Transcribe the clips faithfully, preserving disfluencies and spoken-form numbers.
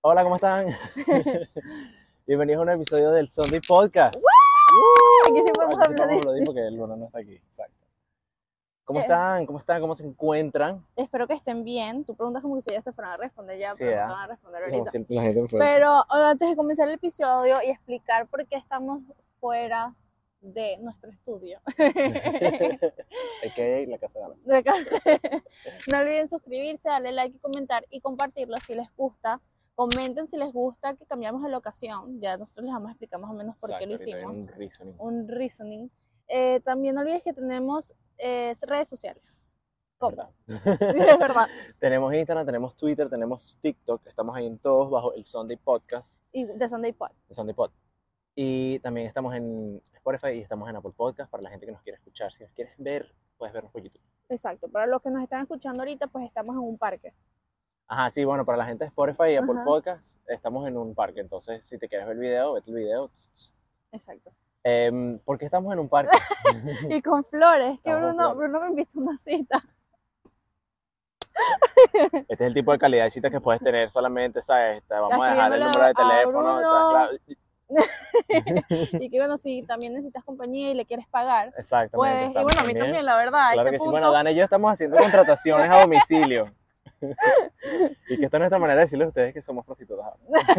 Hola, ¿cómo están? Bienvenidos a un episodio del Sunday Podcast. ¡Woo! Aquí sí Uh, podemos aquí sí hablar. podemos hablar porque Luna no está aquí. Exacto. ¿Cómo Eh, están? ¿Cómo están? ¿Cómo se encuentran? espero que estén bien. Tú preguntas como que si ellos te fueran a responder ya, Sí, pero no te ¿ah? van a responder Como ahorita. siempre la gente me fue. Pero antes de comenzar el episodio y explicar por qué estamos fuera de nuestro estudio. Hay que ir a la casa de Ana. De acá. No olviden suscribirse, darle like y comentar y compartirlo si les gusta. Comenten si les gusta que cambiamos de locación. Ya nosotros les vamos a explicar más o menos por qué lo Exacto, ahorita viene hicimos. un reasoning. Un reasoning. Eh, también no olvides que tenemos eh, redes sociales. ¿Cómo? Es verdad. Tenemos Instagram, tenemos Twitter, tenemos TikTok. Estamos ahí en todos bajo el Sunday Podcast. Y de Sunday Pod. El Sunday Pod. Y también estamos en Spotify y estamos en Apple Podcast para la gente que nos quiere escuchar. Si nos quieres ver, puedes vernos por YouTube. Exacto. Para los que nos están escuchando ahorita, pues estamos en un parque. Ajá, sí, bueno, para la gente de Spotify y Apple Ajá. Podcast, estamos en un parque. Entonces, si te quieres ver el video, vete el video. Exacto. Eh, ¿Por qué estamos en un parque? Y con flores, que Estamos con Bruno, flores. Bruno me invitó a una cita. Este es el tipo de calidad de cita que puedes tener solamente, ¿sabes? Te vamos a dejar el Escribiéndole número de a teléfono. Bruno. estás Y que bueno, si también necesitas compañía y le quieres pagar, Exactamente. pues, y estamos bueno, a mí también, la verdad, a Claro este que sí. punto, Bueno, Dana y yo estamos haciendo contrataciones a domicilio. Y que esta es nuestra manera de decirles a ustedes que somos prostitutas.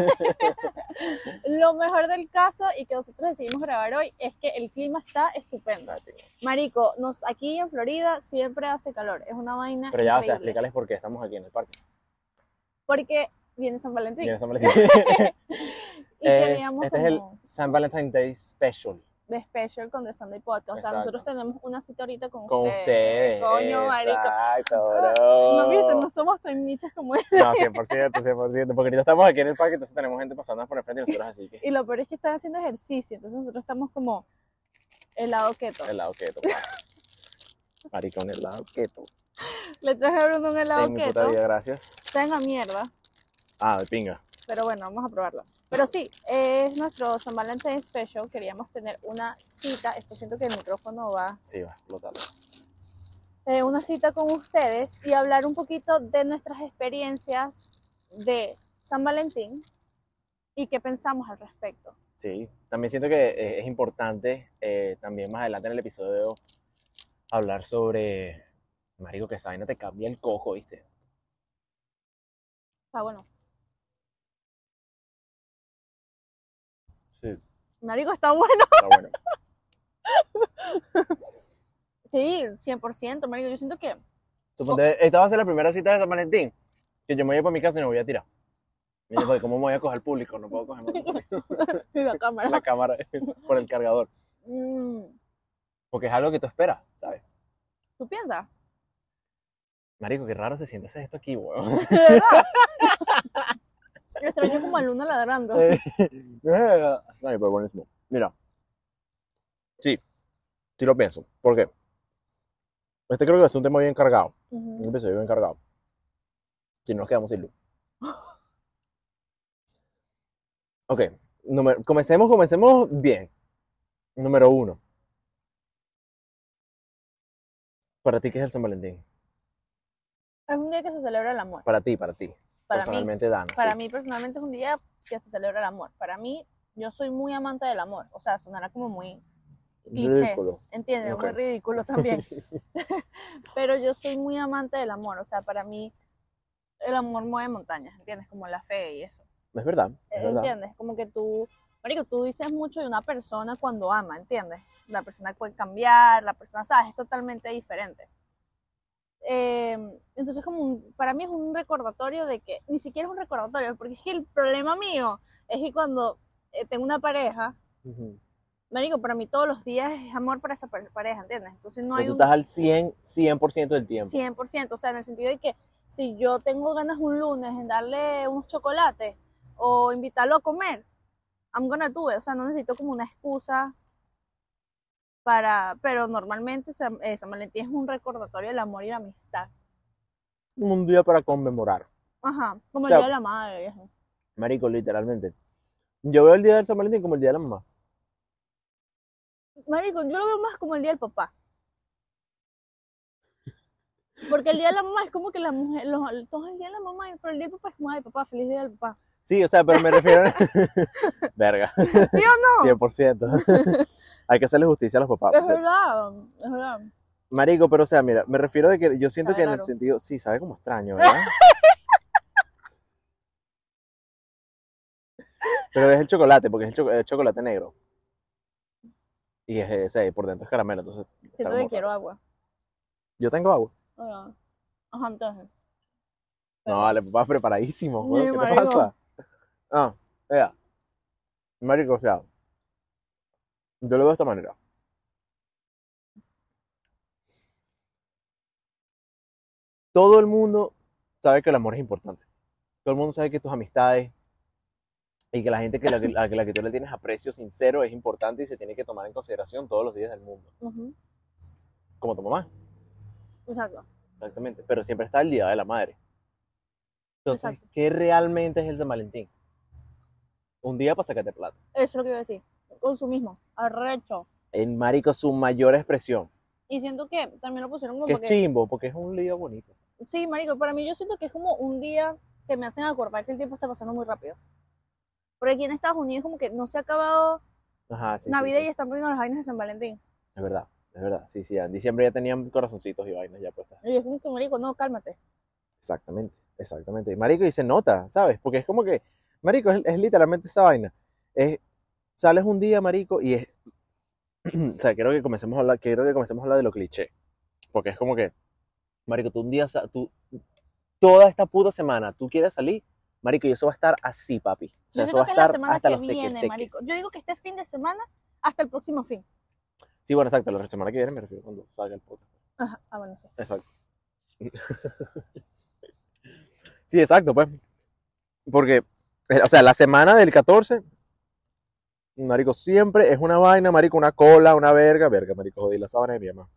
lo mejor del caso y que nosotros decidimos grabar hoy es que el clima está estupendo. Marico, nos, aquí en Florida siempre hace calor, es una vaina Pero ya, o sea, increíble. explícales por qué estamos aquí en el parque. Porque viene San Valentín. Viene San Valentín. Y Es- queríamos este es el como San Valentine's Day Special. de special con The Sunday Podcast. O sea, Exacto. nosotros tenemos una cita ahorita con, Con ustedes. ustedes. Coño, marico. Exacto, No, viste, bro. no somos tan nichas como él. No, cien por ciento, cien por ciento. Porque ahorita estamos aquí en el parque, entonces tenemos gente pasando por el frente y nosotros así que... Y lo peor es que están haciendo ejercicio. Entonces nosotros estamos como helado keto. Helado keto. Maricón, helado keto. Le traje a Bruno un helado En mi puta keto. vida, gracias. Está en la mierda. Ah, de pinga. Pero bueno, vamos a probarlo. Pero sí, es nuestro San Valentín Special. Queríamos tener una cita. Esto siento que el micrófono va. Sí, va a explotar. Eh, una cita con ustedes y hablar un poquito de nuestras experiencias de San Valentín y qué pensamos al respecto. Sí, también siento que eh, es importante eh, también más adelante en el episodio hablar sobre... Marico, que esa vaina te cambia el cojo, ¿viste? Está bueno. Sí, Marico, está bueno. está bueno. Sí, cien por ciento, marico. Yo siento que... Suponte, esta va a ser la primera cita de San Valentín, que yo me voy para mi casa y me voy a tirar. Y yo, ¿cómo me voy a coger el público? No puedo coger el público. la cámara. La cámara por el cargador. Mm, Porque es algo que tú esperas, ¿sabes? ¿Tú piensas? Marico, qué raro se siente hacer esto aquí, weón. ¿De verdad? Me extraño como a Luna ladrando. Ay, pero buenísimo. Mira. Sí, sí lo pienso. ¿Por qué? Este creo que va a ser un tema bien cargado. Un Ujú. episodio bien cargado. Si no nos quedamos sin luz. Ok, número- comencemos, comencemos bien. Número uno. ¿Para ti qué es el San Valentín? Es un día que se celebra el amor. Para ti, para ti. Para mí, Personalmente, Dana. para sí. mí personalmente es un día que se celebra el amor. Para mí, yo soy muy amante del amor. O sea, sonará como muy cliché, Ridículo. ¿entiendes? Ok. Muy ridículo también. Pero yo soy muy amante del amor. O sea, para mí el amor mueve montañas, ¿entiendes? Como la fe y eso. Es verdad, es Eh, verdad. ¿Entiendes? Como que tú, marico, tú dices mucho de una persona cuando ama, ¿entiendes? La persona puede cambiar, la persona, ¿sabes? Es totalmente diferente. Eh, entonces, como un- para mí es un recordatorio de que, ni siquiera es un recordatorio, porque es que el problema mío es que cuando eh, tengo una pareja, Ujú. marico, para mí todos los días es amor para esa pare- pareja, ¿entiendes? Entonces no Que hay tú un estás al cien, cien por ciento del tiempo. cien por ciento, o sea, en el sentido de que si yo tengo ganas un lunes en darle unos chocolates o invitarlo a comer, I'm gonna do it, o sea, no necesito como una excusa para, pero normalmente San, eh, San Valentín es un recordatorio del amor y la amistad. Un día para conmemorar. Ajá, como O sea, el Día de la Madre. Eso. Marico, literalmente. Yo veo el día del San Valentín como el día de la mamá. Marico, yo lo veo más como el Día del Papá. Porque el día de la mamá es como que la mujer, los, todo el día de la mamá, pero el día del papá es como, ay papá, feliz día del papá. Sí, o sea, pero me refiero a... Verga, ¿Sí o no? cien por ciento. Hay que hacerle justicia a los papás. Es o sea, verdad, es verdad. Marico, pero o sea, mira, me refiero a que yo siento Sabe que en el raro. sentido... Sí, sabe como extraño, ¿verdad? Pero es el chocolate, porque es el, cho- el chocolate negro. Y es ese, por dentro es caramelo, entonces... está Siento como que quiero raro. agua. Yo tengo agua. Ah, Ajá, entonces. No, vale, papá, preparadísimo, Sí, weón, ¿qué te marico. pasa? Ah, vea, marico, o sea, yo lo veo de esta manera. Todo el mundo sabe que el amor es importante. Todo el mundo sabe que tus amistades y que la gente que la, que- a la que tú le tienes aprecio sincero es importante y se tiene que tomar en consideración todos los días del mundo. Ujú, Como tu mamá, Exacto. exactamente. Pero siempre está el Día de la Madre. Entonces, Exacto. ¿qué realmente es el San Valentín? Un día para sacarte plata. Eso es lo que iba a decir. Consumismo, arrecho. En marico, su mayor expresión. Y siento que también lo pusieron como Que es porque... chimbo, porque es un lío bonito. Sí, marico, para mí yo siento que es como un día que me hacen acordar que el tiempo está pasando muy rápido. Porque aquí en Estados Unidos como que no se ha acabado Ajá, sí, Navidad sí, sí. y están poniendo las vainas de San Valentín. Es verdad, es verdad. Sí, sí, en diciembre ya tenían corazoncitos y vainas ya puestas. Y es como que, marico, no, cálmate. Exactamente, exactamente. Marico, y se nota, ¿sabes? Porque es como que, marico, es, es literalmente esa vaina. Es, sales un día, marico, y es, o sea, quiero que comencemos a hablar, quiero que comencemos a hablar de lo cliché. Porque es como que, marico, tú un día, sa- tú, toda esta puta semana, tú quieres salir, marico, y eso va a estar así, papi. O sea, Yo eso va siento a que es la estar semana hasta que los viene, teques-teques. marico. Yo digo que este fin de semana hasta el próximo fin. Sí, bueno, exacto, la semana que viene me refiero cuando salga el podcast. Ajá, ah, bueno, sí. Exacto. Sí, exacto, pues. Porque, eh, o sea, la semana del catorce, marico, siempre es una vaina, marico, una cola, una verga, verga, marico, jodí la sábana de mi mamá.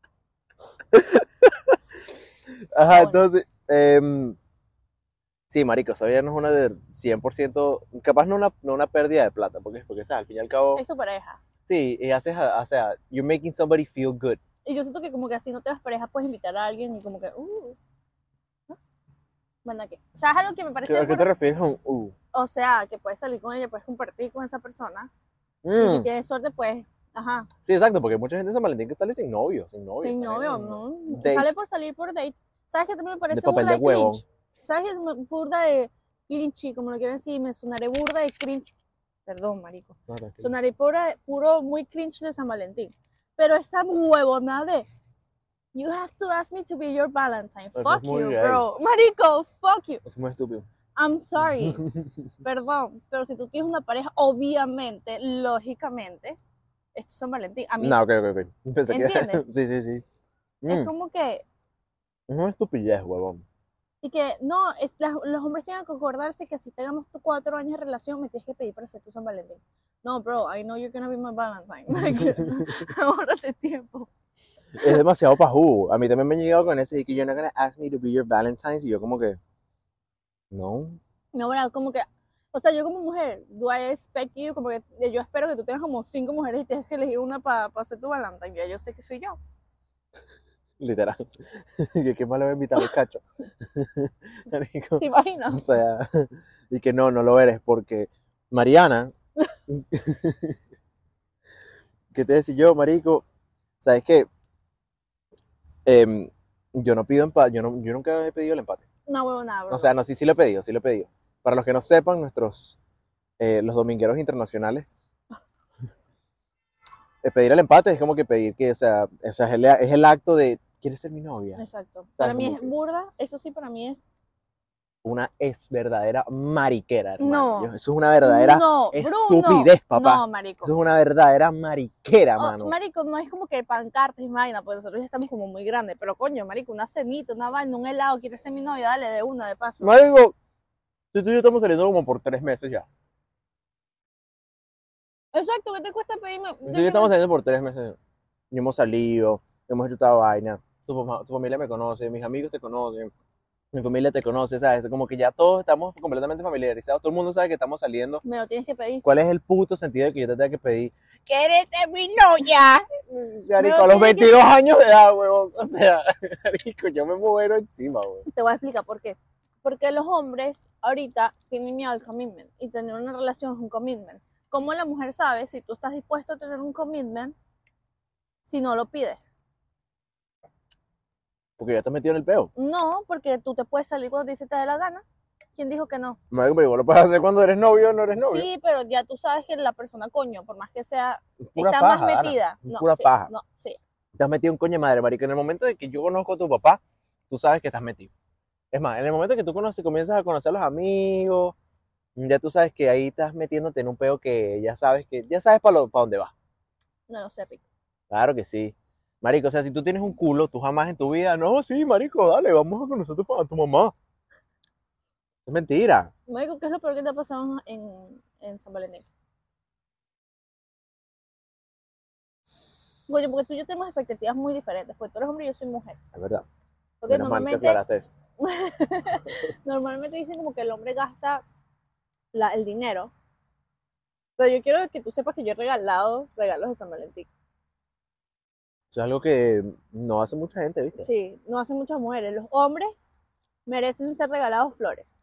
Ajá, bueno. entonces, em, sí, marico, esa vaina no es una de cien por ciento, capaz no una, no una pérdida de plata, porque, porque, ¿sabes? Al fin y al cabo, Es tu pareja. sí, y haces, a- o sea, you're making somebody feel good. Y yo siento que como que así no te das pareja, puedes invitar a alguien y como que, uh, ¿no? Bueno, ¿qué? ¿Sabes algo que me parece ¿A qué te bueno? refieres con uh? O sea, que puedes salir con ella, puedes compartir con esa persona. Y si Mm, tienes suerte, pues, ajá, sí, exacto, porque mucha gente en San Valentín que sale sin novio, sin novio. sin sale novio, en ¿no? date Sale por salir por date. ¿Sabes qué también me de parece papel burda de de huevo. cringe? ¿Sabes qué es me- burda de cringe? Como lo quieren decir, me sonaré burda de cringe. Perdón, marico. No, tranquilo. Sonaré pura- puro muy cringe de San Valentín. Pero esa huevona de you have to ask me to be your Valentine. Eso es Fuck muy you, gay. bro. Marico, fuck you. Es muy estúpido. I'm sorry. Perdón. Pero si tú tienes una pareja, obviamente, lógicamente, es tu San Valentín. A mí No, ok, ok, ok. Pensé que... ¿Entiendes? sí, sí, sí. es Mm, como que, es una estupidez, huevón. y que no, es- las- los hombres tienen que acordarse que si tengamos tú cuatro años de relación, me tienes que pedir para ser tu San Valentín. No, bro, I know you're gonna be my Valentine. Like, ahórrate tiempo. Es demasiado pajú. A mí también me han llegado con ese y que you're not gonna ask me to be your Valentine's y yo como que... No. No, ¿verdad? Como que, o sea, yo como mujer, do I expect you? Como que yo espero que tú tengas como cinco mujeres y tienes que elegir una para pa ser tu Valentine. Ya yo sé que soy yo. Literal. Y que más le voy a invitar al cacho. Marico. ¿Te O imaginas? sea, y que no, no lo eres porque Mariana... ¿Qué te decía yo, marico? ¿Sabes qué? Em, yo no pido empate, yo, no, yo nunca he pedido el empate. No, huevo, nada, bro. O sea, no, sí, sí lo he pedido, sí lo he pedido. Para los que no sepan, nuestros, eh, los domingueros internacionales, eh, pedir el empate es como que pedir que, o sea, o sea, es, el, es el acto de, ¿quieres ser mi novia? Exacto. Para mí como es que- burda, eso sí, para mí es. Una es verdadera mariquera, hermano. No. Yo- Eso es una verdadera no, estupidez, Bruno. papá. No, marico. Eso es una verdadera mariquera, Oh, mano. marico, no es como que pancartas y vaina, pues nosotros ya estamos como muy grandes. Pero coño, marico, una cenita, una vaina, un helado, ¿quieres ser mi novia? Dale, de una, de paso. Marico, si tú y yo estamos saliendo como por tres meses ya. Exacto, ¿qué te cuesta pedirme? Si tú y yo estamos saliendo por tres meses. Y hemos salido, hemos hecho toda vaina. Tu, fama- tu familia me conoce, mis amigos te conocen, mi familia te conoce, ¿sabes? Como que ya todos estamos completamente familiarizados. Todo el mundo sabe que estamos saliendo. Me lo tienes que pedir. ¿Cuál es el puto sentido de que yo te tenga que pedir? ¿Quieres ser mi novia? Marico, No, a los tiene que- veintidós años de edad, huevón. O sea, marico, yo me muero encima, huevón. Te voy a explicar por qué. Porque los hombres ahorita tienen miedo al commitment y tener una relación es un commitment. ¿Cómo la mujer sabe si tú estás dispuesto a tener un commitment si no lo pides? Porque ya estás metido en el peo. No, porque tú te puedes salir cuando te, te dé la gana. ¿Quién dijo que no? Marico, pero igual lo puedes hacer cuando eres novio o no eres novio. Sí, pero ya tú sabes que la persona, coño, por más que sea, Pura está paja, más Ana. metida. No, Pura sí, paja. no, sí. Estás metido en coño de madre, marico. En el momento de que yo conozco a tu papá, tú sabes que estás metido. Es más, en el momento que tú conoces, comienzas a conocer a los amigos, ya tú sabes que ahí estás metiéndote en un peo que ya sabes que ya sabes para pa dónde vas. No lo sé, Rico. Claro que sí. Marico, o sea, si tú tienes un culo, tú jamás en tu vida, no, sí, marico, dale, vamos a conocer a tu, a tu mamá. Es mentira. Marico, ¿qué es lo peor que te ha pasado en, en San Valentín? Oye, porque tú y yo tenemos expectativas muy diferentes, porque tú eres hombre y yo soy mujer. Es verdad. Porque Menos mal que normalmente, aclaraste eso. normalmente dicen como que el hombre gasta la, el dinero. Pero yo quiero que tú sepas que yo he regalado regalos de San Valentín. Eso es algo que no hace mucha gente, ¿viste? Sí, no hacen muchas mujeres. Los hombres merecen ser regalados flores.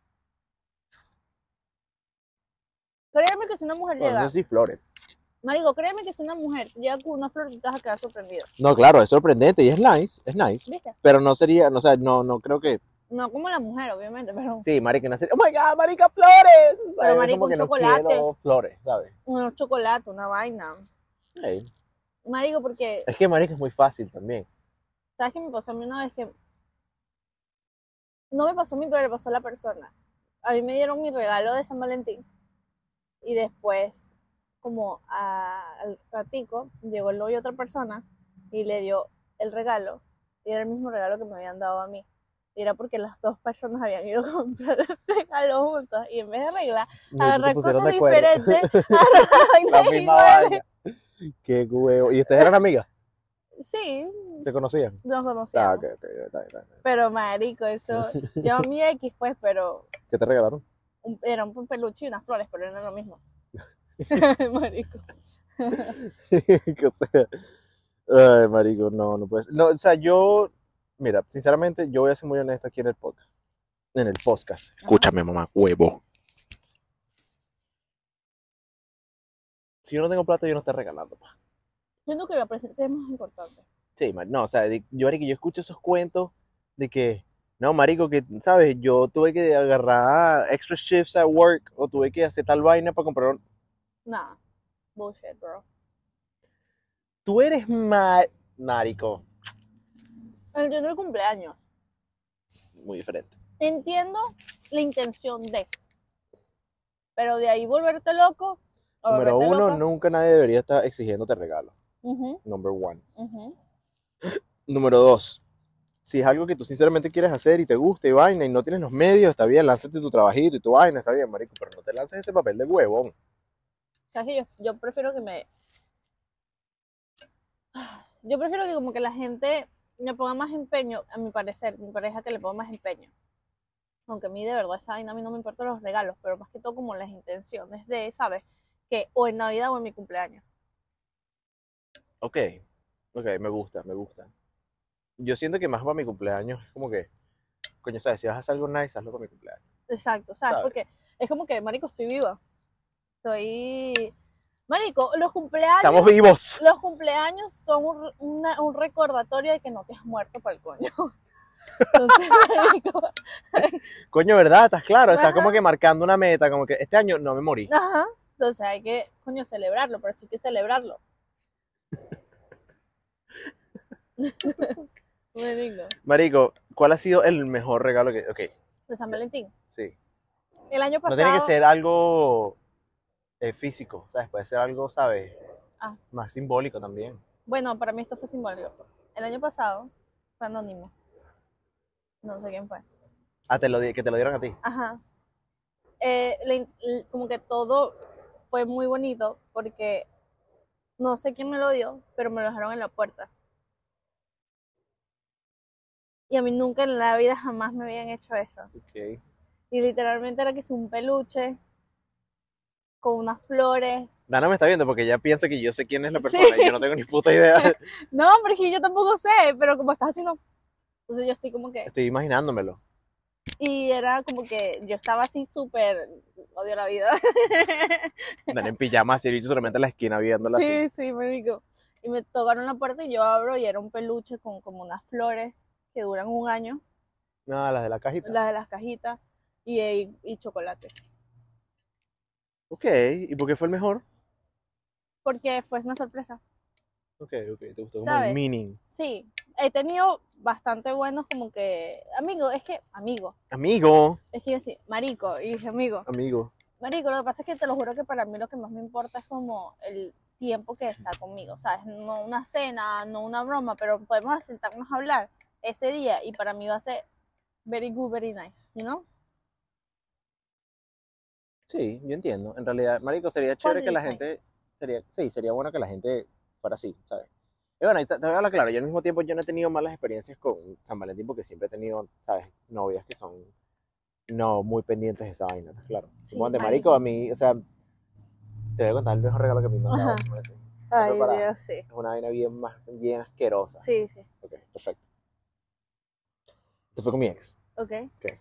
Créeme que si una mujer Bueno, llega, no sé si flores. marico, créeme que si una mujer llega con una flor, tú te vas a quedar sorprendido. No, claro, es sorprendente y es nice, es nice. ¿Viste? Pero no sería, no, o sea, no, no creo que... No como la mujer, obviamente, pero Sí, marica, no sería... ¡Oh, my God, marica, flores! ¿Sabes? Pero, marico, Como un que no chocolate. quiero flores, ¿sabes? un chocolate, una vaina. Hey. Marico, porque, Es que, marica, es muy fácil también. ¿sabes qué me pasó a mí una vez que... No me pasó a mí, pero le pasó a la persona. A mí me dieron mi regalo de San Valentín y después, como a- al ratico, llegó el novio de otra persona y le dio el regalo y era el mismo regalo que me habían dado a mí. Y era porque las dos personas habían ido a comprar el regalo juntos y en vez de arreglar, No, agarrar se pusieron cosas de acuerdo. diferentes, agarrar La vainas misma iguales. vaina. Qué huevo. ¿Y ustedes eran amigas? Sí, ¿Se conocían? nos Ah, conocíamos. ok, ok, está bien, está bien. Pero marico, eso, yo a mi X pues, pero ¿Qué te regalaron? un- era un peluche y unas flores, pero era lo mismo. Marico. Que sea. Ay, marico, no, no puede ser. No, o sea, yo, mira, sinceramente, yo voy a ser muy honesto aquí en el podcast. En el podcast. Escúchame, mamá, huevo. Si yo no tengo plata, yo no estoy regalando, pa. Siento que la presencia es más importante. Sí, mar- no, o sea, de- yo, marico, yo escucho esos cuentos de que, no, marico, que, ¿sabes? Yo tuve que agarrar extra shifts at work o tuve que hacer tal vaina para comprar un... Nah, bullshit, bro. Tú eres ma- marico. Entiendo el cumpleaños. Muy diferente. Entiendo la intención de. Pero de ahí volverte loco. O Número volverte uno, loca. nunca nadie debería estar exigiéndote regalos. Ujú, Number one. ujú. Número dos, si es algo que tú sinceramente quieres hacer y te gusta y vaina y no tienes los medios, está bien, lánzate tu trabajito y tu vaina, está bien, marico, pero no te lances ese papel de huevón. ¿Sabes qué? Yo, yo prefiero que me... Yo prefiero que como que la gente le ponga más empeño, a mi parecer, mi pareja que le ponga más empeño. Aunque a mí de verdad esa vaina, a mí no me importan los regalos, pero más que todo como las intenciones de, ¿sabes? Que o en Navidad o en mi cumpleaños. Ok, ok, me gusta, me gusta. Yo siento que más para mi cumpleaños es como que, coño, ¿sabes? Si vas a hacer algo nice, hazlo para mi cumpleaños. Exacto, ¿sabes? ¿Sabes? Porque es como que, marico, estoy viva. Estoy... Marico, los cumpleaños... ¡Estamos vivos! Los cumpleaños son un, una- un recordatorio de que no te has muerto por el coño. Entonces, marico, Coño, ¿verdad? ¿Estás claro? Estás Ajá. como que marcando una meta, como que este año no me morí. ajá. Entonces hay que, coño, celebrarlo, pero sí hay que celebrarlo. Marico, Marico, ¿cuál ha sido el mejor regalo que...? Ok, de San Valentín. sí. El año No pasado... tiene que ser algo eh, físico, ¿sabes? Puede ser algo, ¿sabes? Ah. Más simbólico también. Bueno, para mí esto fue simbólico. El año pasado fue anónimo. No sé quién fue. Ah, te lo, di- que te lo dieron a ti. Ajá. Eh, le- le- como que todo fue muy bonito porque no sé quién me lo dio, pero me lo dejaron en la puerta. Y a mí nunca en la vida jamás me habían hecho eso. Ok. Y literalmente era que es un peluche con unas flores. Dana me está viendo porque ella piensa que yo sé quién es la Sí. persona y yo no tengo ni puta idea. No, porque yo tampoco sé, pero como estás haciendo... Entonces yo estoy como que... Estoy imaginándomelo. Y era como que yo estaba así súper, odio la vida. Andar en pijama así, bicho, solamente en la esquina viéndola Sí, así. sí, me digo. Y me tocaron la puerta y yo abro y era un peluche con como unas flores que duran un año, Nada, las de la cajita. las de las cajitas, y, y, y chocolates. Ok, ¿y por qué fue el mejor? Porque fue una sorpresa, Ok, ok, te gustó como el ¿sabes? meaning. Sí, he tenido bastante buenos como que, amigo, es que, amigo, Amigo, es que yo sí, marico, y dije amigo. amigo. Marico, lo que pasa es que te lo juro que para mí lo que más me importa es como el tiempo que está conmigo, ¿sabes? No una cena, no una broma, pero podemos sentarnos a hablar ese día y para mí va a ser very good, very nice, you know? Sí, yo entiendo. En realidad, marico, sería chévere que Quality la time. gente, sería, sí, sería bueno que la gente fuera así, ¿sabes? Y bueno, y te, te voy a hablar claro, yo al mismo tiempo yo no he tenido malas experiencias con San Valentín porque siempre he tenido, ¿sabes? Novias que son no muy pendientes de esa vaina, ¿estás claro? Sí, Suponte, marico, a marico. mí, o sea, te voy a contar el mejor regalo que me han mandado. Ajá. San Valentín. ¿Estás Ay, preparada? Dios, sí. Es una vaina bien, más, bien asquerosa. Sí, sí. Ok, perfecto. Esto fue con mi ex. Ok. Ok.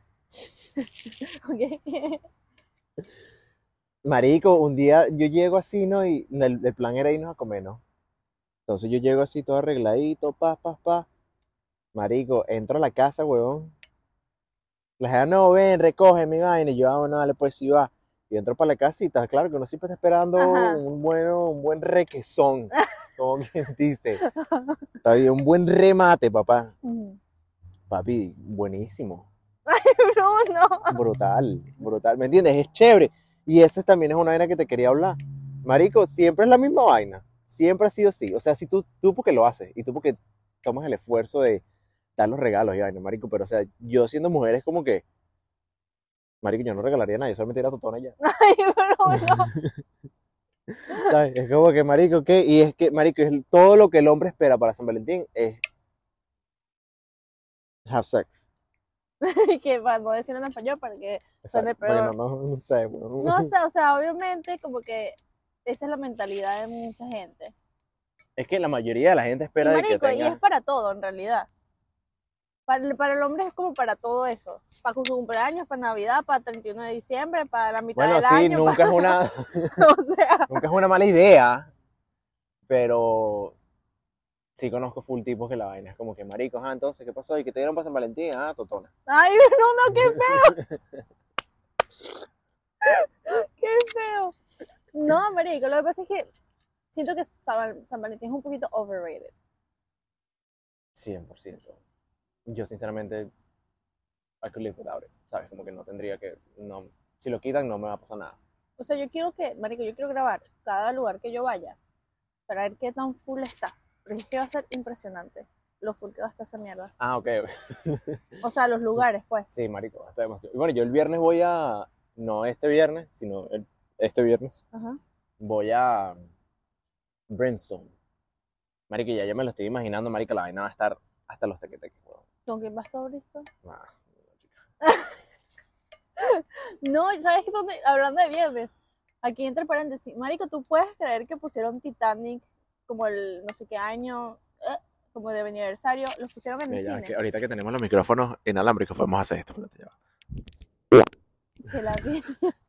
Ok. Marico, un día yo llego así, ¿no? Y el, el plan era irnos a comer, ¿no? Entonces yo llego así todo arregladito, pa, pa, pa. Marico, entro a la casa, huevón. La gente, no, ven, recoge mi vaina. Y yo, ah, no, dale, pues sí va. Y entro para la casita, claro que uno siempre está esperando Ajá. un bueno, un buen requesón, como quien dice. Está bien, un buen remate, papá. Mm. Papi, buenísimo. Ay, Bruno. Brutal, brutal. ¿Me entiendes? Es chévere. Y esa también es una vaina que te quería hablar. Marico, siempre es la misma vaina. Siempre ha sido así. O sea, si tú, tú porque lo haces y tú porque tomas el esfuerzo de dar los regalos y vaina, marico. Pero, o sea, yo siendo mujer es como que, marico, yo no regalaría nada. Yo solamente iría a Totona ya. Ay, Bruno. ¿Sabes? Es como que, marico, ¿qué? Y es que, marico, es todo lo que el hombre espera para San Valentín es have sex. Que para no decirlo en español, para que suene Exacto. Porque no, peor. no, no sé. Bueno. No sé, o sea, obviamente como que esa es la mentalidad de mucha gente. Es que la mayoría de la gente Y espera de que marico, y es tenga. para todo en realidad. Para el, para el hombre es como para todo eso. Para su cumpleaños, para Navidad, para el treinta y uno de diciembre, para la mitad Bueno, del sí, año. nunca Para... es una, o sea, nunca es una mala idea, pero sí conozco full tipos que la vaina es como que maricos, ah, entonces, ¿qué pasó? ¿Y qué te dieron para San Valentín? Ah, totona. ay, no, no, qué feo, qué feo. No, marico, lo que pasa es que siento que San, San Valentín es un poquito overrated. cien por ciento. Yo, sinceramente, I could live without it, ¿sabes? Como que no tendría que, no, si lo quitan no me va a pasar nada. O sea, yo quiero que, marico, yo quiero grabar cada lugar que yo vaya para ver qué tan full está. Porque es que va a ser impresionante lo full que va a estar esa mierda. Ah, ok. O sea, los lugares, pues. Sí, marico, está demasiado. Y bueno, yo el viernes voy a, no este viernes, sino el, este viernes, Ajá. voy a Brimstone. Marico, ya yo me lo estoy imaginando, marico, la vaina va a estar hasta los tequeteques, weón. ¿Con quién vas todo listo? Nah, No, ¿sabes dónde? Hablando de viernes, aquí entre paréntesis, marico, ¿tú puedes creer que pusieron Titanic como el no sé qué año, eh, como de aniversario? Los pusieron en el mira, ya, cine. que ahorita que tenemos los micrófonos inalámbricos podemos hacer esto. Espérate, ya va. Que la vi.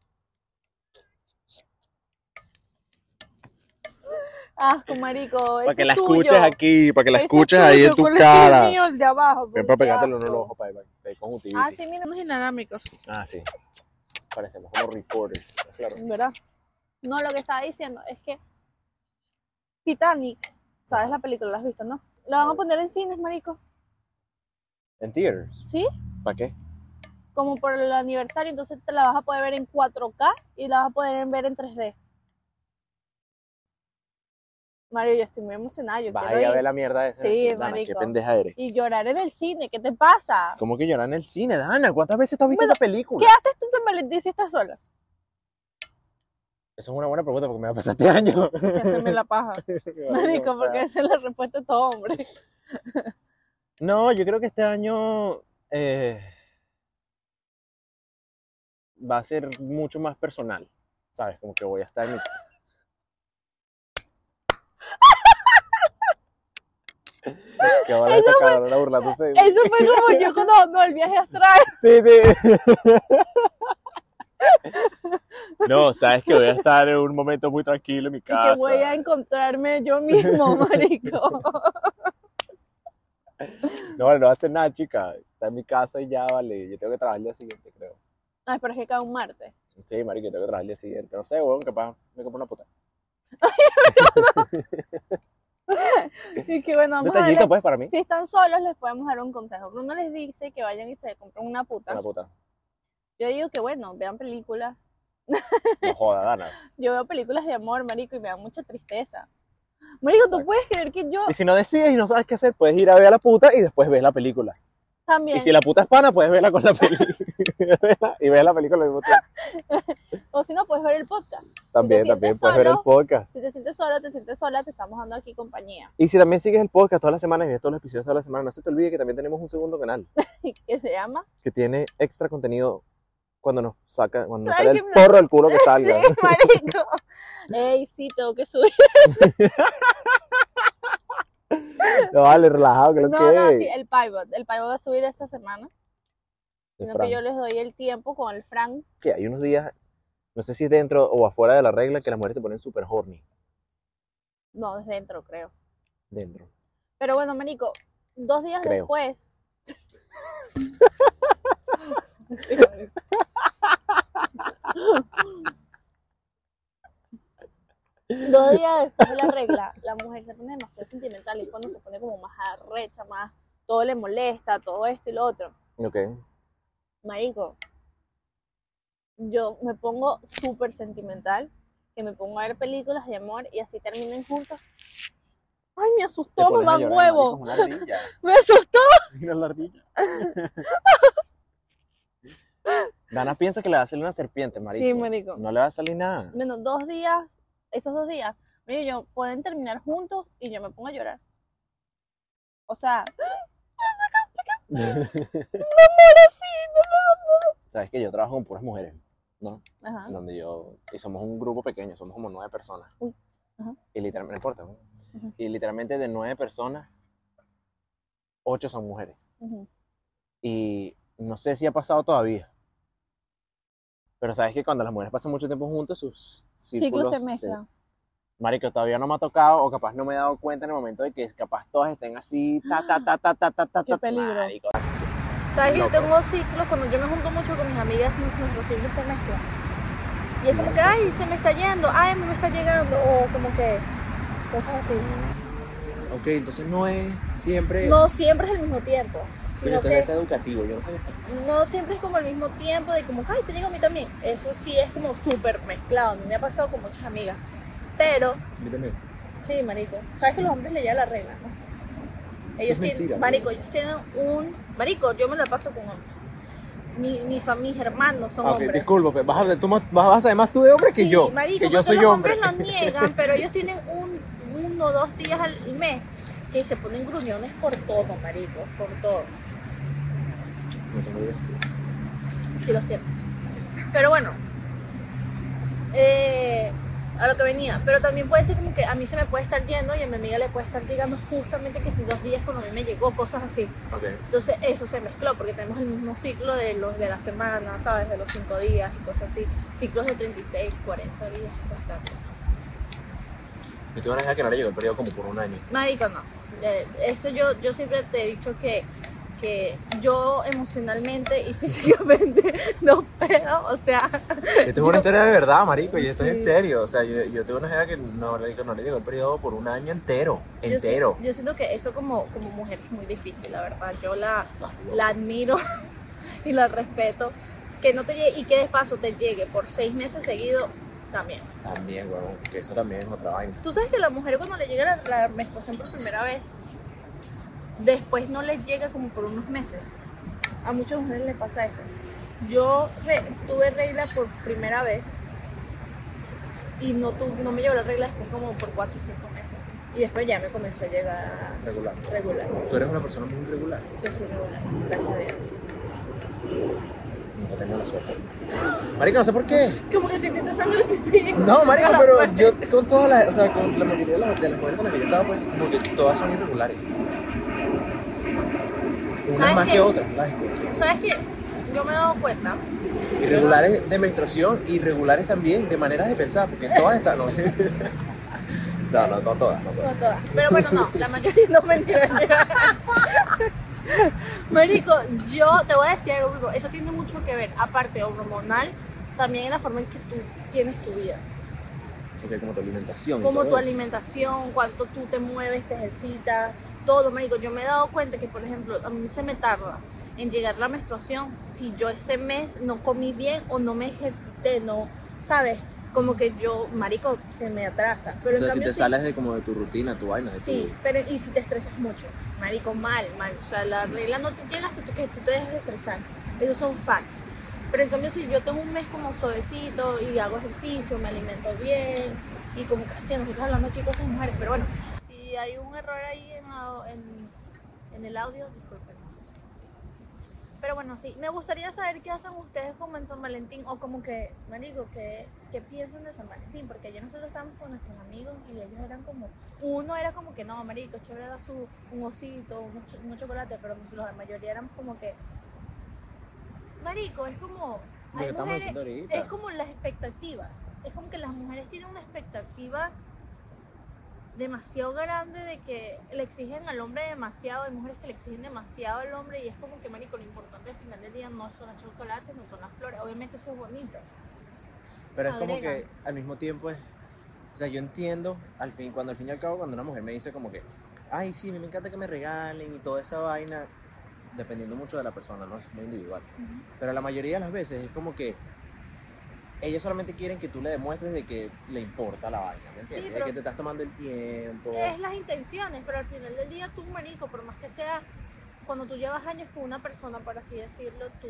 Asco, marico. Para ese que la es tuyo. escuches aquí, para que la Ese escuches es ahí tuyo, en tu ¿cuál es cara. el mío, el de abajo? Ven Porque para qué pegártelo en el asco. ojo para, para, para conjuntivitis. Ah, sí, mira, unos inalámbricos, Ah, sí. Parecemos como reporters, claro. ¿verdad? No, lo que estaba diciendo es que Titanic, ¿sabes Ajá. la película? ¿La has visto, no? La van a poner en cines, marico. ¿En theaters? ¿Sí? ¿Para qué? Como por el aniversario, entonces te la vas a poder ver en cuatro K y la vas a poder ver en tres D. Mario, yo estoy muy emocionada, yo Vas quiero a ir a ir. ver la mierda esa. Sí, Dana, marico. qué pendeja eres. Y llorar en el cine, ¿qué te pasa? ¿Cómo que llorar en el cine, Dana? ¿Cuántas veces tú has visto Bueno, esa película? ¿Qué haces tú en San Valentín si estás sola? Esa es una buena pregunta porque me va a pasar este año. Que hacerme la paja. Marico, porque esa es la respuesta de todo hombre. No, yo creo que este año eh, va a ser mucho más personal, ¿sabes? Como que voy a estar en mi... Que ahora esta cabrona burlándose. Eso fue como yo cuando no, el viaje astral. Sí, sí. No, sabes que voy a estar en un momento muy tranquilo en mi casa. Y que voy a encontrarme yo mismo, marico. No, vale, no va a hacer nada, chica. Está en mi casa y ya, vale. Yo tengo que trabajar el día siguiente, creo. Ay, pero es que cada un martes. Sí, marico, yo tengo que trabajar el día siguiente. No sé, weón, capaz me compro una puta. Y que bueno, Un vamos a detallito, darle- pues, para mí. Si están solos, les podemos dar un consejo. Bruno les dice que vayan y se compren una puta. Una puta. Yo digo que bueno, vean películas. No joda, Dana. Yo veo películas de amor, marico, y me da mucha tristeza. Marico, ¿tú Exacto. puedes creer que yo Y si no decides y no sabes qué hacer, puedes ir a ver a la puta y después ves la película. también, Y si la puta es pana, puedes verla con la película. Y ves la película al mismo tiempo. o si no, puedes ver el podcast. También, sientes también puedes ver el solo, podcast. Si te sientes solo, te sientes sola, te estamos dando aquí compañía. Y si también sigues el podcast todas las semanas y ves todos los episodios todas las semanas, no se te olvide que también tenemos un segundo canal Que se llama que tiene extra contenido cuando nos saca, cuando nos Ay, sale el que me- porro del culo que salga. Sí, marico. Ey, sí, tengo que subir. No, vale, relajado, que lo No, que no, es. sí, el pivot. El pivot va a subir esta semana. El Sino Fran. que yo les doy el tiempo con el Frank. Que hay unos días, no sé si es dentro o afuera de la regla, que las mujeres se ponen súper horny No, desde dentro, creo. dentro. Pero bueno, marico, dos días Creo. después. Dos días después de la regla, la mujer se pone demasiado sentimental y es cuando se pone como más arrecha, más todo le molesta, todo esto y lo otro. Ok. Marico, yo me pongo súper sentimental, que me pongo a ver películas de amor y así terminen juntos. Ay, me Te asustó, pones a mamá llorar, huevo. marico, una ardilla. Me asustó. Mira la ardilla. Dana piensa que le va a salir una serpiente, marico. Sí, marico. No le va a salir nada. Menos dos días, esos dos días, marico, yo pueden terminar juntos y yo me pongo a llorar. O sea, Sabes que yo trabajo con puras mujeres, ¿no? ajá, Donde yo, y somos un grupo pequeño, somos como nueve personas. Uy, ajá. Y literalmente, no importa, ¿no? Ujú. Y literalmente de nueve personas, ocho son mujeres. ujú. Y no sé si ha pasado todavía. Pero sabes que cuando las mujeres pasan mucho tiempo juntos, sus Ciclos círculos se mezclan. Marico, todavía no me ha tocado, o capaz no me he dado cuenta en el momento de que capaz todas estén así, ta, ta, ta, ta, ta, ta, ta, Qué ta, peligro. marico. ¿Sabes? Yo Loco. tengo ciclos, cuando yo me junto mucho con mis amigas, nuestros ciclos se mezclan. Y es como que, ay, se me está yendo, ay, me está llegando, o como que cosas así. Ok, entonces no es siempre... No siempre es el mismo tiempo, Pero sino esto que es educativo, yo no sé qué está... no siempre es como el mismo tiempo de como, ay, te llega a mí también. Eso sí es como súper mezclado, a mí me ha pasado con muchas amigas. Pero, sí, marico, sabes que los hombres le llega la regla, ¿no? Ellos es tienen, mentira, marico, ellos tienen un, marico, yo me lo paso con hombres. Mi, mi familia, mis hermanos son Ok, hombres. disculpa, pero vas a, tú más- vas a saber más tú de hombre que Sí, yo, marico, que yo porque soy los hombre. hombres lo niegan, pero ellos tienen un, uno o dos días al mes que se ponen gruñones por todo, marico, por todo. No tengo idea, sí. Sí los tienes. Pero bueno, eh, a lo que venía. Pero también puede ser como que a mí se me puede estar yendo y a mi amiga le puede estar llegando justamente que si dos días cuando a mí me llegó, cosas así. Ok. Entonces eso se mezcló porque tenemos el mismo ciclo de los de la semana, ¿sabes? De los cinco días y cosas así. Ciclos de treinta y seis, cuarenta días, bastante. Yo tengo una hija que no le llegó el periodo como por un año. Marico, no. Eh, Eso yo, yo siempre te he dicho que, que yo emocionalmente y físicamente no puedo, o sea, Esto es una historia de verdad, marico, y esto es en Sí. serio. O sea, yo, yo tengo una hija que no, le- que no le llegó el periodo por un año entero, yo, si- entero. yo siento que eso como, como mujer es muy difícil, la verdad. Yo la, la admiro y la respeto. Que no te llegue, y que de paso te llegue por seis meses seguidos, también. También, huevón, que eso también es otra vaina. Tú sabes que a la mujer cuando le llega la, la menstruación por primera vez, después no les llega como por unos meses. A muchas mujeres les pasa eso. Yo re- tuve regla por primera vez y no, tu- no me llegó la regla después como por cuatro o cinco meses. Y después ya me comenzó a llegar Regular. regular. Tú eres una persona muy regular. Yo soy regular, gracias a Dios. No tengo la suerte. Marico, no sé por qué. Como que sentiste sangre en el pipí. No, marico, Tengo la pero suerte. yo con todas las, o sea, con la mayoría de las, de las mujeres con las que yo estaba, pues, como que todas son irregulares. Unas ¿Sabes más qué? que otras, ¿sabes? ¿Sabes qué? Yo me he dado cuenta. Irregulares de menstruación, irregulares también de maneras de pensar, porque en todas están. No, no, no, no todas, no No todas. todas. Pero bueno, no, la mayoría no mentira. Marico, yo te voy a decir algo, Marico, eso tiene mucho que ver, aparte hormonal, también en la forma en que tú tienes tu vida. Ok, como tu alimentación. y Como todo tu eso. alimentación, cuánto tú te mueves, te ejercitas, todo, marico. Yo me he dado cuenta que, por ejemplo, a mí se me tarda en llegar la menstruación si yo ese mes no comí bien o no me ejercité, no, ¿sabes? Como que yo, marico, se me atrasa. Pero O sea, en si cambio, te sí, sales de como de tu rutina, tu vaina, de sí, tu... pero y si te estresas mucho, marico, mal, mal. O sea, la regla no te llega hasta que tú te dejes de estresar. Esos son facts. Pero en cambio, si yo tengo un mes como suavecito y hago ejercicio, me alimento bien y como que así, nosotros hablando aquí cosas de mujeres, pero bueno, si hay un error ahí en, en, en el audio, discúlpenos. Pero bueno, sí, me gustaría saber qué hacen ustedes como en San Valentín o como que, marico, qué, qué piensan de San Valentín, porque ayer nosotros estábamos con nuestros amigos y ellos eran como, uno era como que no, marico, chévere da su, un osito, un, ch un chocolate, pero la mayoría éramos como que, marico, es como, Lo hay que estamos mujeres, diciendo ahorita. es como las expectativas, es como que las mujeres tienen una expectativa demasiado grande de que le exigen al hombre demasiado, hay mujeres que le exigen demasiado al hombre y es como que, marico, lo importante al final del día no son los chocolates, no son las flores, obviamente eso es bonito. Pero es como Agregan. que al mismo tiempo es... O sea, yo entiendo, al fin, cuando al fin y al cabo, cuando una mujer me dice como que, ay, sí, a mí me encanta que me regalen y toda esa vaina, dependiendo mucho de la persona, ¿no? Es muy individual. Uh-huh. Pero la mayoría de las veces es como que ellos solamente quieren que tú le demuestres de que le importa la vaina, ¿me entiendes? Sí, de pero que te estás tomando el tiempo. es las intenciones, pero al final del día tú, marico, por más que sea, cuando tú llevas años con una persona, por así decirlo, tú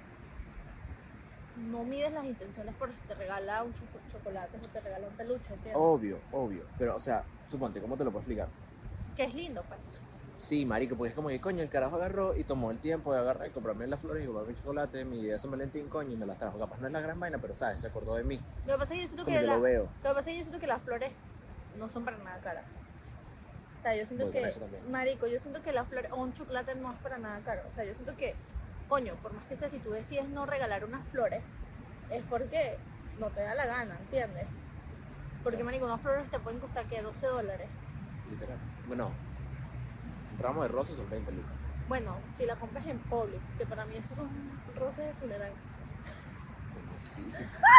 no mides las intenciones por si te regala un cho- chocolate o te regala un peluche, ¿entiendes? Obvio, obvio. Pero, o sea, suponte, ¿cómo te lo puedo explicar? Que es lindo, pues. Sí, marico, porque es como que, coño, el carajo agarró y tomó el tiempo de agarrar y comprarme las flores y comprarme el chocolate, mi día de San Valentín, coño, y me las trajo. Capaz no es la gran vaina, pero, ¿sabes? Se acordó de mí. Lo que pasa es que yo Es siento como que, que la, lo veo. lo que pasa es que yo siento que las flores no son para nada caras. O sea, yo siento Voy con que, eso también. marico, yo siento que las flores o un chocolate no es para nada caro. O sea, yo siento que, coño, por más que sea, si tú decides no regalar unas flores, es porque no te da la gana, ¿entiendes? Porque, Sí. marico, unas flores te pueden costar, ¿qué? doce dólares. Literal. Bueno, un ramo de rosas son veinte lucas. Bueno, si la compras en Publix, que para mí esos son rosas de funeral. Coño, sí.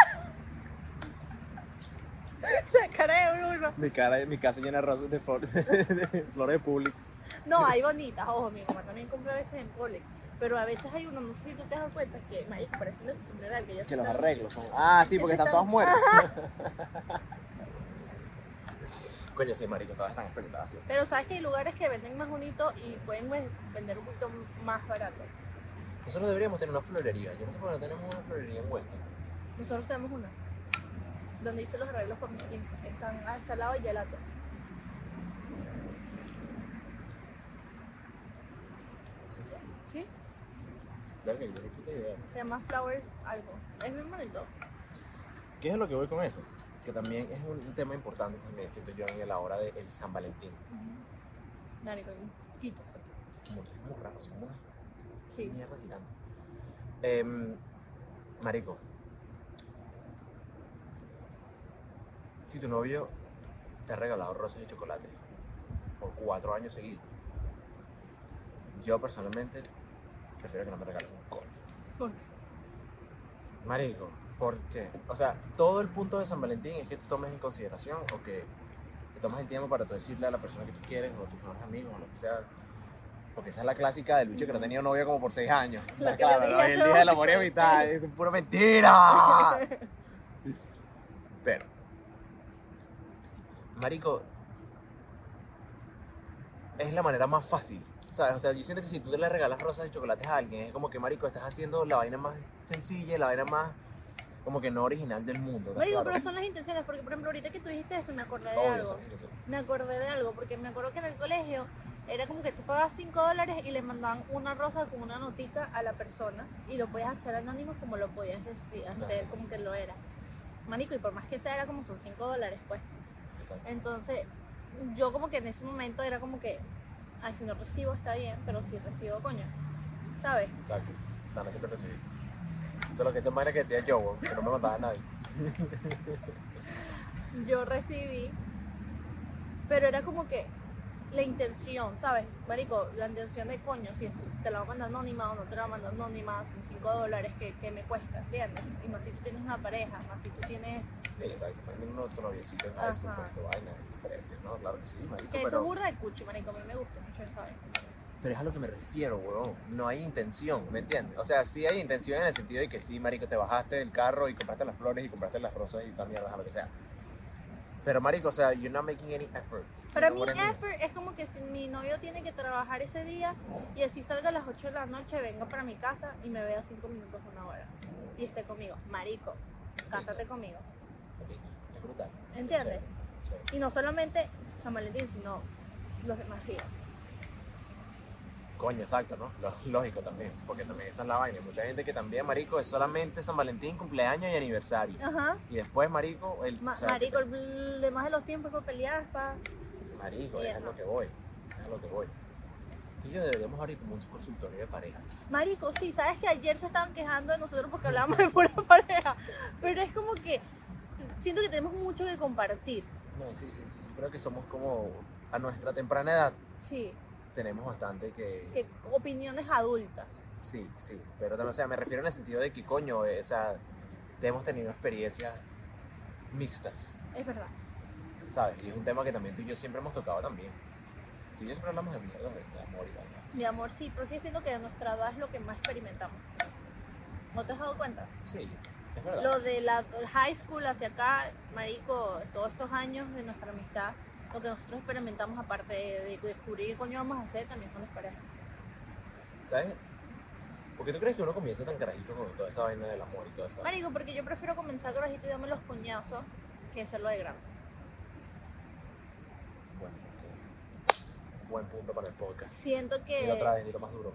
La cara de Bruno. Mi, cara, mi casa llena de rosas de, flor, de flores de Publix. No, hay bonitas, ojo, mi mamá también compra a veces en Publix. Pero a veces hay uno, no sé si tú te das cuenta, que, marico, parecen de funeral, que ya Que se los están... arreglos son. Ah, sí, que porque se están todos están- muertos. Coño, sí, marico, todas están experimentadas. Pero sabes que hay lugares que venden más bonito y pueden pues, vender un poquito más barato. Nosotros deberíamos tener una florería. Yo no sé por qué no tenemos una florería en Huesca. Nosotros tenemos una, donde hice los arreglos con mis quince. Están hasta al lado de Gelato. ¿En serio? ¿Sí? Verga, yo ni puta idea. Se llama Flowers algo. Es bien bonito. ¿Qué es lo que voy con eso? Que también es un, un tema importante también, siento yo, en la hora del de San Valentín. Uh-huh. Marico, un quito. Como que es muy raro, son unas Sí. mierdas gigantes. Eh, marico, si tu novio te ha regalado rosas y chocolate por cuatro años seguidos, yo personalmente prefiero que no me regalen un coño. ¿Por qué? Marico, ¿por qué? O sea, todo el punto de San Valentín es que tú tomes en consideración o que te tomes el tiempo para tú decirle a la persona que tú quieres o a tus mejores amigos o lo que sea. Porque esa es la clásica del bicho que no tenía novia como por seis años. Lo que Claro, le dije ¿no? hace El día dos del amor y episodios. amistad, es pura mentira. Pero, marico, es la manera más fácil, ¿sabes? O sea, yo siento que si tú le regalas rosas y chocolates a alguien, es como que, marico, estás haciendo la vaina más sencilla, la vaina más, como que no original del mundo. ¿estás Marico, claro? pero son las intenciones, porque por ejemplo, ahorita que tú dijiste eso, me acordé de Obvio, algo. son intenciones. Me acordé de algo, porque me acuerdo que en el colegio era como que tú pagabas cinco dólares y le mandaban una rosa con una notica a la persona y lo podías hacer anónimo como lo podías decir, hacer como que lo era. Marico, y por más que sea, era como son cinco dólares, pues. Exacto. Entonces, yo como que en ese momento era como que, ay, si no recibo está bien, pero si recibo, coño, ¿sabes? Exacto. No, no siempre recibí. Eso es lo que esa vaina que decía yo, weón, que no me mandaba a nadie. Yo recibí, pero era como que la intención, ¿sabes? Marico, la intención de coño, si es, te la va a mandar anónima o no te la va a mandar anónima, son cinco dólares que, que me cuesta, ¿entiendes? Y más si tú tienes una pareja, más si tú tienes... Sí, exacto. Imagínate uno tu noviecito en high school Ajá. con esta vaina, es diferente, ¿no? Claro que sí, marico, Que eso es pero... burda de cuchi, marico, a mí me gusta mucho esa vaina. Pero es a lo que me refiero, weón. No hay intención, ¿me entiendes? O sea, sí hay intención en el sentido de que sí, marico, te bajaste del carro y compraste las flores y compraste las rosas y tal mierda, lo que sea. Pero, marico, o sea, you're not making any effort. Para You mí, know what I mean? effort es como que si mi novio tiene que trabajar ese día y así salga a las ocho de la noche, venga para mi casa y me vea cinco minutos, una hora. Y esté conmigo. Marico, cásate conmigo. Es brutal. ¿Entiendes? Sí, sí. Y no solamente San Valentín, sino los demás días. Coño, exacto, ¿no? Lo- Lógico también, porque también esa es la vaina. Mucha gente que también, marico, es solamente San Valentín, cumpleaños y aniversario. Ajá. Y después, marico, el... Ma- o sea, marico, que el demás de los tiempos para pelear, pa. te- Marico, Y es a ajá. lo que voy. Es a lo que voy. Tú y yo deberíamos abrir como un consultorio de pareja. Marico, sí, sabes que ayer se estaban quejando de nosotros porque hablábamos de pura pareja. Pero es como que siento que tenemos mucho que compartir. No, sí, sí. Yo creo que somos como, a nuestra temprana edad, Sí, tenemos bastante que... que opiniones adultas. Sí, sí. Pero también, o sea, me refiero en el sentido de que, coño, eh, o sea, hemos tenido experiencias mixtas, Es verdad. ¿sabes? Y es un tema que también tú y yo siempre hemos tocado también. Tú y yo siempre hablamos de mierda, de, de amor y tal. Mi amor, sí, porque siento que a nuestra edad es lo que más experimentamos. ¿No te has dado cuenta? Sí, es verdad. Lo de la el high school hacia acá, marico, todos estos años de nuestra amistad, lo que nosotros experimentamos aparte de, de descubrir qué coño vamos a hacer, también son las parejas. ¿Sabes? ¿Por qué tú crees que uno comienza tan carajito con toda esa vaina del amor y toda esa vaina? Marico, porque yo prefiero comenzar carajito y darme los coñazos que hacerlo de grande. Bueno, este, buen punto para el podcast. Siento Dilo otra que vez, dilo más duro.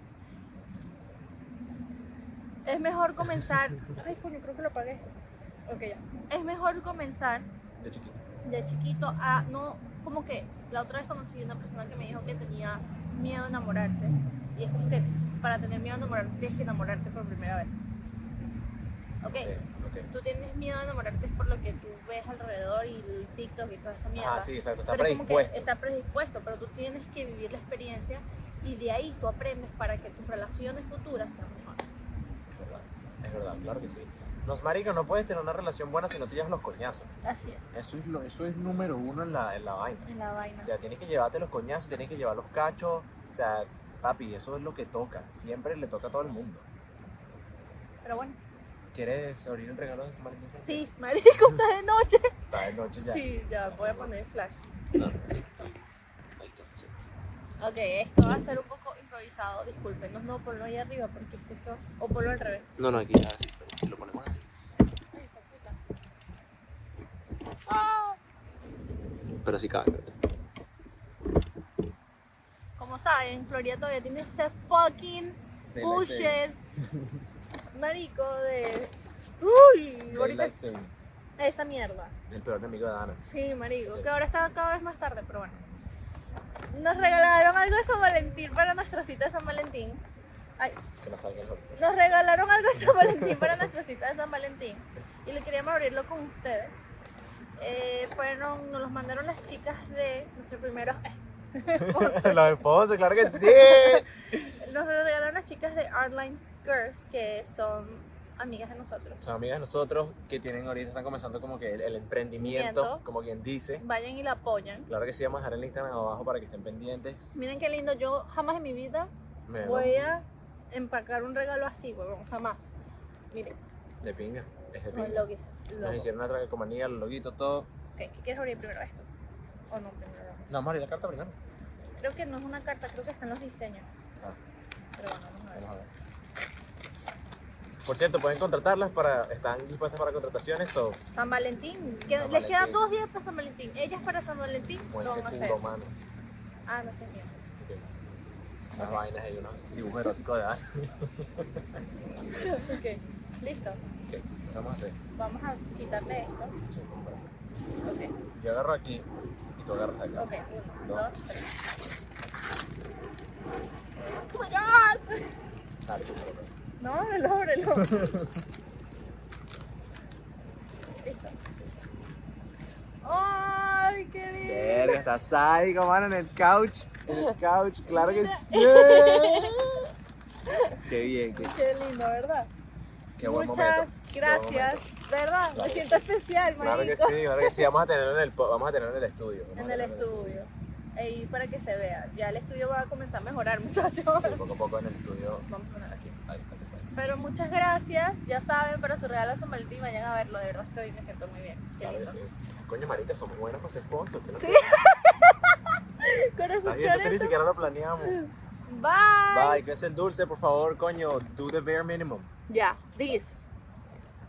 es mejor comenzar... Ay, coño, creo que lo apagué. Ok, ya. Es mejor comenzar De chiquito. de chiquito a no, como que la otra vez conocí una persona que me dijo que tenía miedo a enamorarse y es como que para tener miedo a enamorarte tienes que enamorarte por primera vez. Ok, Ok, ok. tú tienes miedo a enamorarte por lo que tú ves alrededor y el TikTok y toda esa mierda. Ah, sí, exacto, está pero es como predispuesto. que está predispuesto, pero tú tienes que vivir la experiencia y de ahí tú aprendes para que tus relaciones futuras sean mejores. Es verdad, es verdad, claro que sí. Los maricos, no puedes tener una relación buena si no te llevas los coñazos. Así es, Eso es, lo, eso es número uno en la, en la vaina. en la vaina. O sea, tienes que llevarte los coñazos, tienes que llevar los cachos. O sea, papi, eso es lo que toca. Siempre le toca a todo el mundo. Pero bueno, ¿Quieres abrir un regalo de San Valentín? sí, marico, está de noche. Está de noche ya. Sí, ya voy a poner flash. No, no, sí. Ahí está, sí. Ok, esto va a ser un poco improvisado, discúlpenos, no ponlo ahí arriba porque es que eso, o ponlo al revés. No, no, aquí ya, sí, pero si lo ponemos así. Ay, hijo de puta. ¡Ah! Pero sí cabe. Como saben, Florida todavía tiene ese fucking bullshit, marico, de... Uy, ahorita esa mierda. El peor enemigo de Ana. Sí, marico, que ahora está cada vez más tarde, pero bueno. Nos regalaron algo de San Valentín para nuestra cita de San Valentín. Ay, Que no salga el otro. nos regalaron algo de San Valentín para nuestra cita de San Valentín y le queríamos abrirlo con ustedes. Eh, fueron, nos los mandaron las chicas de nuestro primero sponsor. Los esposos, claro que sí. Nos lo regalaron las chicas de Artline Girls, que son amigas de nosotros. Son amigas de nosotros que tienen ahorita, están comenzando como que el, el emprendimiento, Emprendimiento. como quien dice. Vayan y la apoyan. Claro que sí, vamos a dejar el Instagram abajo para que estén pendientes. Miren qué lindo, yo jamás en mi vida Me voy a empacar un regalo así, huevón, jamás. Miren, De pinga, es de los pinga. logos. Nos hicieron una tragecomanía, el loguito, todo. Ok, ¿qué quieres abrir primero esto? ¿O no primero? No, vamos a abrir la carta primero. Creo que no es una carta, creo que están los diseños. Ah, Pero bueno, vamos a ver. vamos a ver. Por cierto, pueden contratarlas para, están dispuestas para contrataciones o San Valentín, que San les quedan Valentín. dos días para San Valentín. Ellas para San Valentín como lo ese van a hacer. culo, mano. Ah, no sé bien. Ok. Unas vainas y unos dibujos eróticos de Ana. Ok, listo. Ok, ¿qué vamos a hacer? Vamos a quitarle esto. Sí, bueno. Ok, Yo agarro aquí y tú agarras acá. ok, uno, Dos. dos, tres. Oh my god! Dale, por favor. No, ábrelo, ábrelo. Listo. ¡Ay, qué bien! Verga, está sádico, mano, en el couch. En el couch, claro que Mira. sí. Qué bien, qué, Qué lindo, ¿verdad? qué buen Muchas momento. gracias. ¿Verdad? Claro Me que siento especial, Claro que marico. sí, claro que sí. Vamos a tenerlo en el, po- vamos a tenerlo en el estudio. Vamos En a el tenerlo estudio. Ahí para que se vea. Ya el estudio va a comenzar a mejorar, muchachos. Sí, poco a poco en el estudio. Vamos a poner aquí. Ahí, ahí, ahí. Pero muchas gracias. Ya saben, para su regalo a San Valentín, vayan a verlo. De verdad estoy, me siento muy bien. Qué Claro que lindo. sí. Coño, marica, somos buenos para ser sponsor. ¿Qué Sí. lo que- Con esos Está bien, entonces ni choretos. siquiera lo planeamos. Bye. Bye, que es el dulce, por favor, coño. Do the bare minimum. Ya, this.